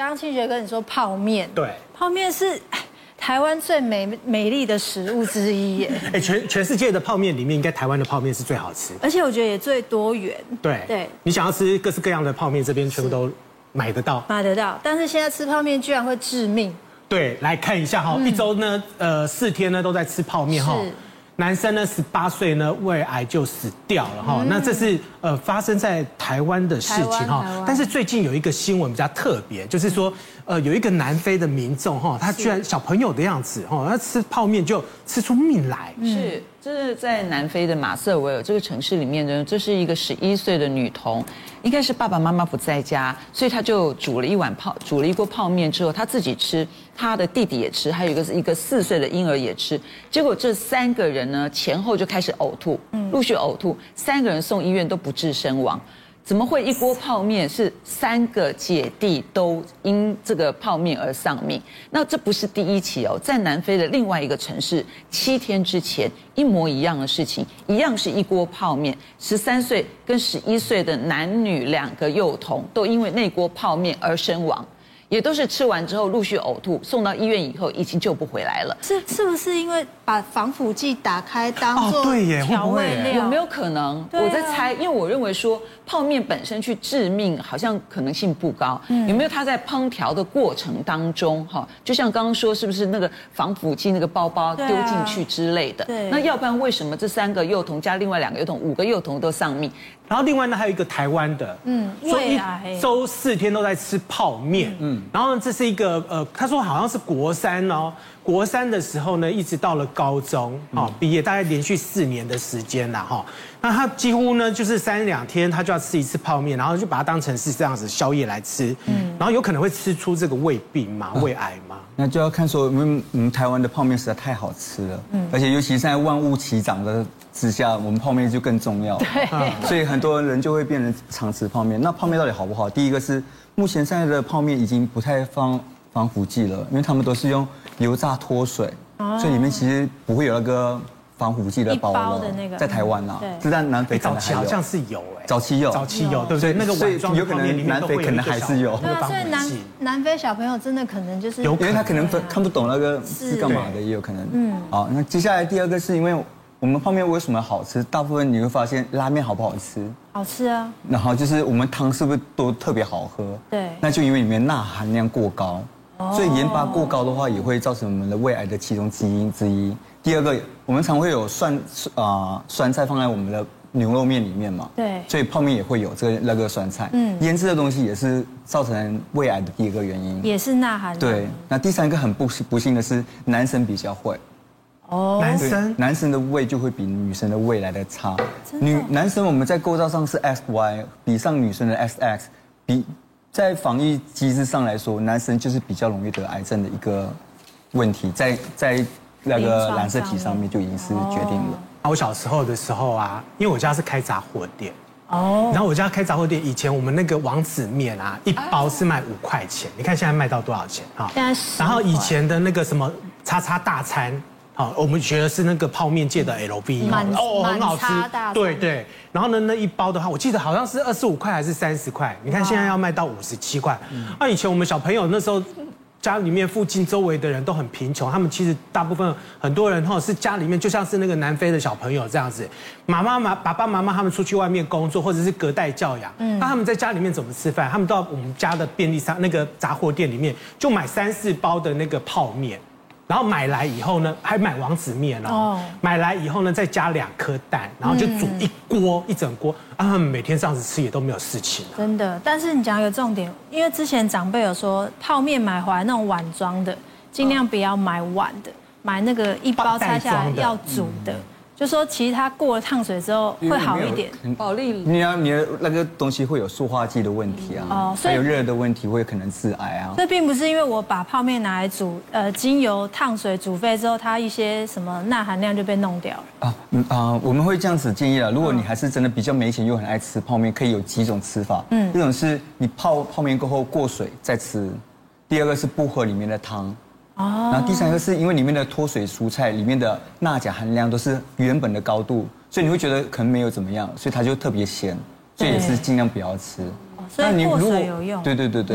刚刚清学跟你说泡面， 对， 泡面是台湾最美丽的食物之一耶。 全世界的泡面里面，应该台湾的泡面是最好吃， 而且我觉得也最多元。 对，你想要吃各式各样的泡面，这边全部都买得到。 但是现在吃泡面居然会致命。 对，来看一下哈，一周呢，4天呢都在吃泡面哈。男生呢18岁呢胃癌就死掉了哈，那这是发生在台湾的事情哈。但是最近有一个新闻比较特别，就是说有一个南非的民众哈，他居然小朋友的样子哈，他吃泡面就吃出命来。 是，这是在南非的马瑟维尔这个城市里面呢，这是一个11岁的女童，应该是爸爸妈妈不在家，所以她就煮了一锅泡面之后，她自己吃，她的弟弟也吃，还有一个4岁的婴儿也吃，结果这3个人呢前后就开始呕吐，陆续呕吐，3个人送医院都不治身亡。怎么会一锅泡面是3个姐弟都因这个泡面而丧命？那这不是第一起哦，在南非的另外一个城市，7天之前一模一样的事情，一样是一锅泡面，13岁跟11岁的男女2个幼童都因为那锅泡面而身亡。也都是吃完之后陆续呕吐，送到医院以后已经救不回来了。 是不是因为把防腐剂打开当做调味料？ 有没有可能？我在猜，因为我认为说泡面本身去致命好像可能性不高，有没有它在烹调的过程当中哈，就像刚刚说是不是那个防腐剂那个包包丢进去之类的？那要不然为什么这3个幼童加另外2个幼童5个幼童都丧命？ 然后另外呢还有一个台湾的，说一周4天都在吃泡面，然后这是一个他说好像是国3哦，国3的时候呢，一直到了高中毕业，大概连续4年的时间啦哈。那他几乎呢就是3、2天他就要吃一次泡面，然后就把它当成是这样子宵夜来吃，然后有可能会吃出这个胃病嘛、胃癌嘛。 那就要看说我们台湾的泡面实在太好吃了，而且尤其在万物齐涨的之下，我们泡面就更重要。对，所以很多人就会变成常吃泡面。那泡面到底好不好？第一个是目前现在的泡面已经不太放防腐剂了，因为他们都是用油炸脱水，所以里面其实不会有那个防腐剂的包了。在台湾啊，这在南非早期好像是有早期有， 对不对？那个碗装有可能南非可能还是有。 对，所以南非小朋友真的可能就是因为他可能看不懂那个是干嘛的，也有可能。好，那接下来第2个是因为我们泡面为什么好吃？大部分你会发现拉面好不好吃？ 好吃啊。 然后就是我们汤是不是都特别好喝？ 对。 那就因为里面钠含量过高，所以盐巴过高的话也会造成我们的胃癌的其中基因之一。第2个，我们常会有酸菜放在我们的牛肉面里面嘛， 对， 所以泡面也会有那个酸菜。腌制的东西也是造成胃癌的第2个原因， 也是钠含量。 对，那第3个很不幸的是男生比较会。男生的胃就会比女生的胃来的差。男生我们在构造上是 XY， 比上女生的 XX， 在防疫机制上来说，男生就是比较容易得癌症的一个问题，在那个染色体上面就已经是决定了。 我小时候的时候啊，因为我家是开杂货店，然后我家开杂货店，以前我们那个王子面啊，一包是卖5块钱，你看现在卖到多少钱啊？ 现在然后以前的那个什么叉叉大餐。好，我们觉得是那个泡面界的 LV 很好吃，对。然后呢，那一包的话，我记得好像是25块还是30块，你看现在要卖到57块。以前我们小朋友那时候，家里面附近周围的人都很贫穷，他们其实大部分很多人是家里面就像是那个南非的小朋友这样子，爸爸妈妈他们出去外面工作或者是隔代教养，那他们在家里面怎么吃饭？他们到我们家的便利商那个杂货店里面就买3、4包的那个泡面。然后买来以后呢，还买王子面哦。买来以后呢，再加2颗蛋，然后就煮一整锅。他们每天这样子吃也都没有事情。 真的，但是你讲一个重点，因为之前长辈有说，泡面买回来那种碗装的，尽量不要买碗的，买那个一包拆下来要煮的。就说其实它过了烫水之后会好一点。 保利， 你的那个东西会有塑化剂的问题啊，还有热的问题，会可能致癌啊。 这并不是因为我把泡面拿来煮，经由烫水煮沸之后，它一些什么钠含量就被弄掉了。 我们会这样子建议了。如果你还是真的比较没钱又很爱吃泡面，可以有几种吃法。一种是你泡面过后过水再吃，第2个是不喝里面的汤。然后第3个是因为里面的脱水蔬菜里面的钠钾含量都是原本的高度，所以你会觉得可能没有怎么样，所以它就特别咸，所以也是尽量不要吃。 所以过水有用。 对。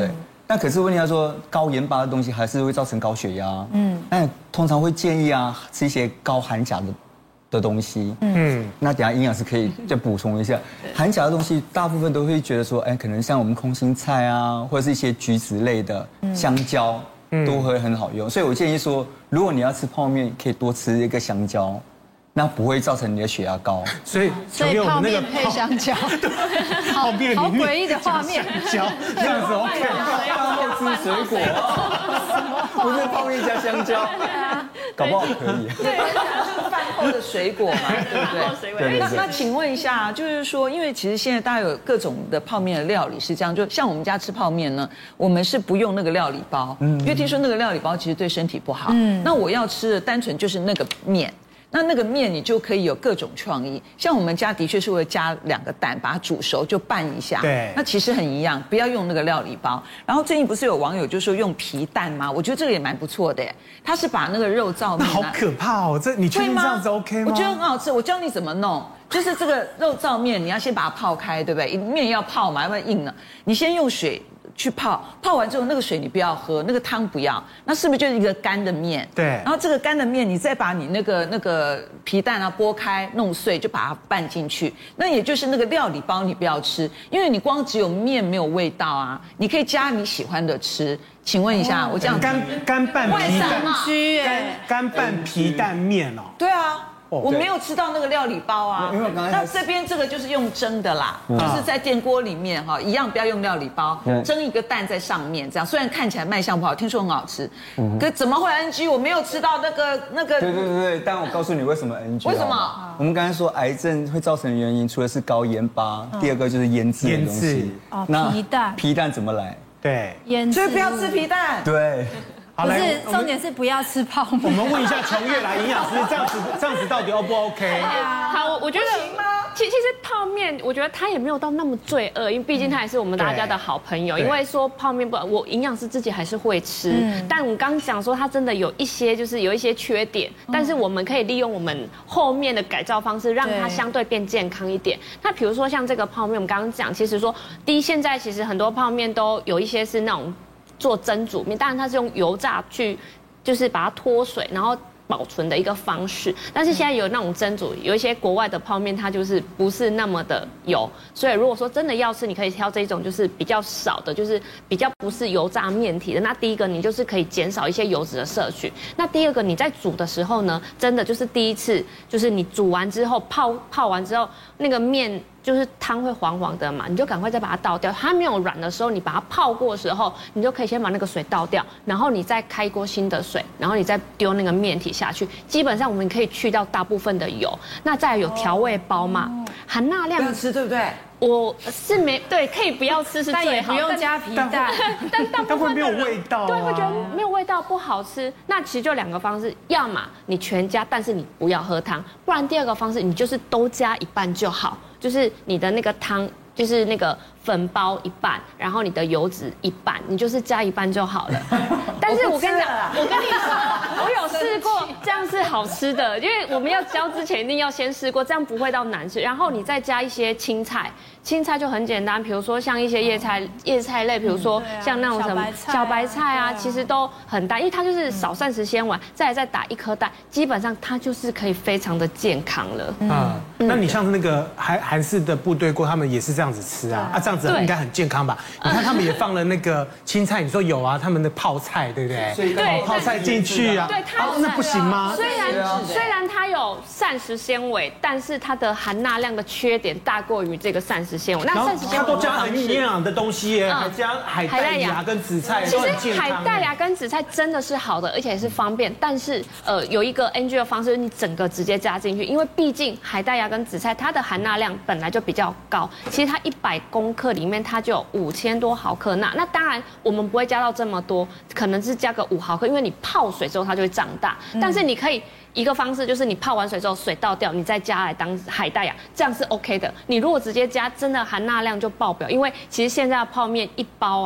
那可是问题他说高盐巴的东西还是会造成高血压，那通常会建议啊吃一些高含钾的东西，那等下营养师可以再补充一下，含钾的东西大部分都会觉得说，可能像我们空心菜啊，或者是一些橘子类的香蕉都会很好用，所以我建议说，如果你要吃泡面，可以多吃一个香蕉。那不会造成你的血压高， 所以泡面配香蕉， 泡面好诡异的画面， 香蕉这样子 OK， 饭后吃水果，不是泡面加香蕉，搞不好可以。 对，饭后的水果嘛，对不对？那请问一下，就是说，因为其实现在大家有各种的泡面的料理是这样，就像我们家吃泡面呢，我们是不用那个料理包，因为听说那个料理包其实对身体不好。那我要吃的单纯就是那个面。那个面你就可以有各种创意，像我们家的确是会加2个蛋，把它煮熟就拌一下。 对， 那其实很一样，不要用那个料理包。然后最近不是有网友就说用皮蛋吗？我觉得这个也蛮不错的，他是把那个肉燥面。 好可怕哦！你确定这样子 OK 吗？ 我觉得很好吃，我教你怎么弄。就是这个肉燥面，你要先把它泡开，对不对？面要泡嘛，要不然硬了。你先用水去泡，泡完之后那个水你不要喝，那个汤不要，那是不是就是一个干的面？ 对。 然后这个干的面，你再把你那个皮蛋啊剥开弄碎，就把它拌进去。那也就是那个料理包你不要吃，因为你光只有面没有味道啊。你可以加你喜欢的吃。请问一下，我这样干拌皮蛋区干拌皮蛋面哦。 对啊。我没有吃到那个料理包啊，那这边这个就是用蒸的啦，就是在电锅里面哈，一样不要用料理包，蒸一个蛋在上面，这样虽然看起来卖相不好，听说很好吃，可怎么会 NG？ 我没有吃到那个。 对，但我告诉你为什么 NG？ 为什么？ 我们刚才说癌症会造成的原因，除了是高盐巴，第2个就是腌制的东西。 那皮蛋怎么来？ 对， 腌制， 所以不要吃皮蛋。 对。 不是，重点是不要吃泡面。 我们问一下琼月来营养师，这样子到底 O 不 OK？ 好，我觉得其实泡面，我觉得它也没有到那么罪恶，因为毕竟它也是我们大家的好朋友。因为说泡面不，我营养师自己还是会吃，但我刚讲说它真的有一些缺点，但是我们可以利用我们后面的改造方式，让它相对变健康一点。那比如说像这个泡面，我们刚刚讲，其实说现在其实很多泡面都有一些是那种。做蒸煮面，当然它是用油炸去，就是把它脱水，然后保存的一个方式。但是现在有那种蒸煮，有一些国外的泡面，它就是不是那么的油，所以如果说真的要吃，你可以挑这一种就是比较少的，就是比较不是油炸面体的。那第一个你就是可以减少一些油脂的摄取。那第2个你在煮的时候呢，真的就是第一次，就是你煮完之后泡完之后，那个面。就是汤会黄黄的嘛，你就赶快再把它倒掉。它没有软的时候，你把它泡过的时候，你就可以先把那个水倒掉，然后你再开一锅新的水，然后你再丢那个面体下去。基本上我们可以去掉大部分的油。那再有调味包嘛，含钠量不要吃，对不对？ 我是对，可以不要吃是最好， 不用加皮蛋， 但大部分会没有味道， 对，会觉得没有味道不好吃。那其实就2个方式，要么你全加，但是你不要喝汤，不然第2个方式你就是都加一半就好，就是你的那个汤。就是那个粉包一半，然后你的油脂一半，你就是加一半就好了。但是我跟你讲，我有试过，这样是好吃的，因为我们要教之前一定要先试过，这样不会到难吃。然后你再加一些青菜，青菜就很简单，比如说像一些叶菜类，比如说像那种什么小白菜啊，其实都很淡，因为它就是少膳食纤维，再打1颗蛋，基本上它就是可以非常的健康了。 那你像那个韩式的部队锅，他们也是这样子吃啊，这样子应该很健康吧？你看他们也放了那个青菜，你说有啊，他们的泡菜对不对？ 对， 泡菜进去啊， 对， 那不行吗？ 虽然它有膳食纤维，但是它的含钠量的缺点大过于这个膳食纤维。那膳食纤维它都加很营养的东西耶，还加海带芽跟紫菜， 其实海带芽跟紫菜真的是好的，而且也是方便。但是有一个 NG 的方式，你整个直接加进去，因为毕竟海带芽跟紫菜它的含钠量本来就比较高，其实它100公克里面它就有5000多毫克钠。那当然我们不会加到这么多，可能是加个5毫克，因为你泡水之后它就会长大。但是你可以一个方式就是你泡完水之后水倒掉，你再加来当海带芽，这样是 OK 的。你如果直接加，真的含钠量就爆表，因为其实现在的泡面一包啊。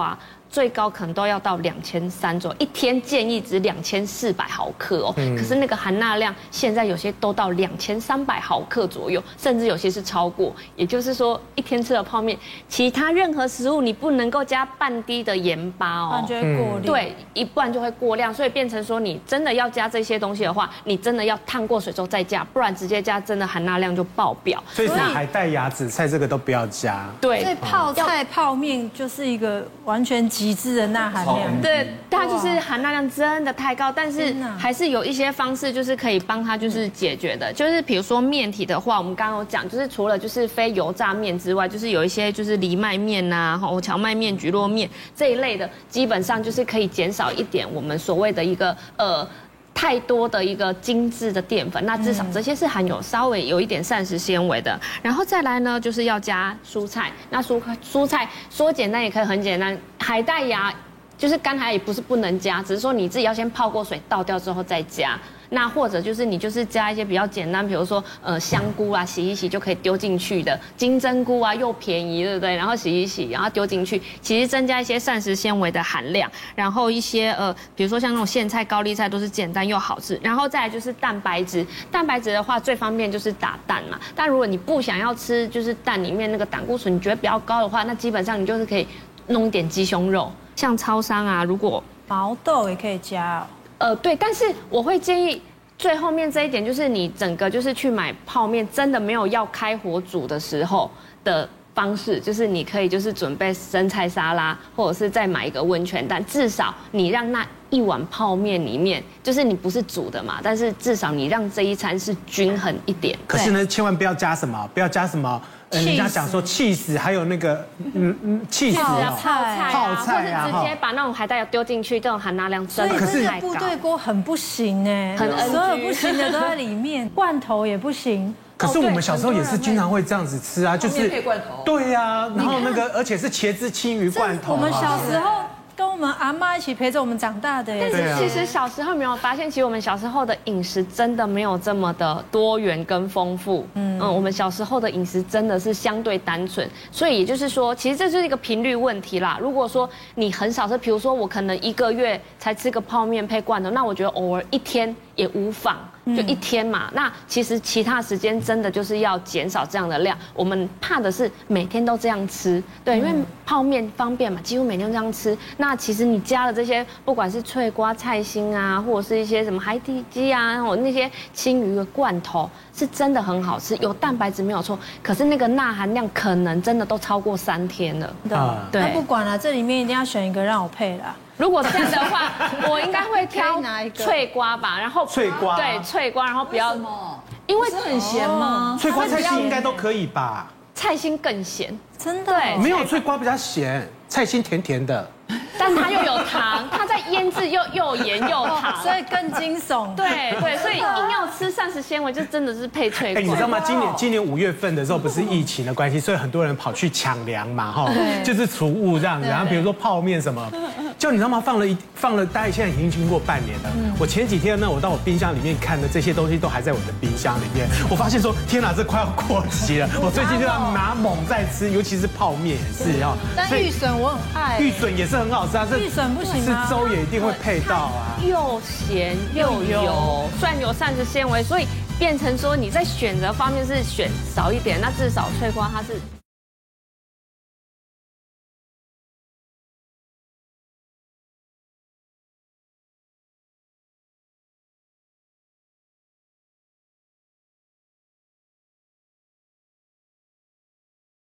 最高可能都要到2300左右，一天建议值2400毫克哦。可是那个含钠量现在有些都到2300毫克左右，甚至有些是超过。也就是说，一天吃的泡面，其他任何食物你不能够加半滴的盐巴哦， 不然就会过量。 对，不然就会过量，所以变成说你真的要加这些东西的话，你真的要烫过水之后再加，不然直接加真的含钠量就爆表。 所以什么海带、芽紫菜这个都不要加。 对， 所以泡菜、泡面就是一个完全极致的钠含量。 对，它就是含钠量真的太高，但是还是有一些方式就是可以帮它就是解决的，就是比如说面体的话，我们刚刚有讲，就是除了就是非油炸面之外，就是有一些就是藜麦面呐、荞麦面、蒟蒻面这一类的，基本上就是可以减少一点我们所谓的一个太多的一个精致的淀粉，那至少这些是含有稍微有一点膳食纤维的。然后再来呢，就是要加蔬菜。那蔬菜说简单也可以很简单，海带芽就是干海也不是不能加，只是说你自己要先泡过水倒掉之后再加。那或者就是你就是加一些比较简单，比如说香菇啊，洗一洗就可以丢进去的，金针菇啊又便宜，对不对？然后洗一洗，然后丢进去，其实增加一些膳食纤维的含量，然后一些比如说像那种苋菜、高丽菜都是简单又好吃，然后再来就是蛋白质。蛋白质的话最方便就是打蛋嘛，但如果你不想要吃就是蛋里面那个胆固醇你觉得比较高的话，那基本上你就是可以弄一点鸡胸肉，像超商啊，如果毛豆也可以加哦。 对，但是我会建议最后面这一点，就是你整个就是去买泡面，真的没有要开火煮的时候的方式，就是你可以就是准备生菜沙拉，或者是再买一个温泉蛋，至少你让那一碗泡面里面，就是你不是煮的嘛，但是至少你让这一餐是均衡一点。 可是呢，千万不要加什么，不要加什么。人家讲说起司，还有那个起司啊、泡菜啊， 或者直接把那种海带油丢进去，这种含钠量真的太高。 部队锅很不行哎，所有不行的都在里面，罐头也不行。 可是我们小时候也是经常会这样子吃啊，就是配罐头。 对呀，然后那个而且是茄子青鱼罐头。 我们小时候跟我们阿嬷一起陪着我们长大的耶。 但是其实小时候没有发现，其实我们小时候的饮食真的没有这么的多元跟丰富。我们小时候的饮食真的是相对单纯，所以也就是说，其实这就是一个频率问题啦。如果说你很少吃，比如说我可能1个月才吃个泡面配罐头，那我觉得偶尔一天也无妨。就一天嘛，那其实其他时间真的就是要减少这样的量。我们怕的是每天都这样吃，对，因为泡面方便嘛，几乎每天都这样吃。那其实你加了这些，不管是脆瓜、菜心啊，或者是一些什么海底鸡啊，或那些青鱼的罐头，是真的很好吃，有蛋白质没有错。可是那个钠含量可能真的都超过3天了。 对，那不管了，这里面一定要选一个让我配啦。 如果这样的话，我应该会挑脆瓜吧，然后脆瓜， 对，脆瓜，然后不要， 因为是很咸吗？ 脆瓜菜心应该都可以吧？ 菜心更咸， 真的， 对， 没有脆瓜比较咸，菜心甜甜的。 但它又有糖，它在腌制又盐又糖， 所以更惊悚。 对，所以硬要吃膳食纤维，就真的是配脆瓜。 你知道吗？今年5月份的时候，不是疫情的关系，所以很多人跑去抢粮嘛，哈，就是储物这样子。然后比如说泡面什么，就你知道吗？放了，大概现在已经经过半年了。我前几天呢，我到我冰箱里面看的这些东西都还在我的冰箱里面。我发现说，天哪，这快要过期了。我最近就要拿猛在吃，尤其是泡面也是哈。 但玉笋我很爱， 玉笋也是很好吃啊。 玉笋不行吗？ 吃粥也一定会配到啊。 又咸又油，虽然有膳食纤维，所以变成说你在选择方面是选少一点，那至少脆瓜它是。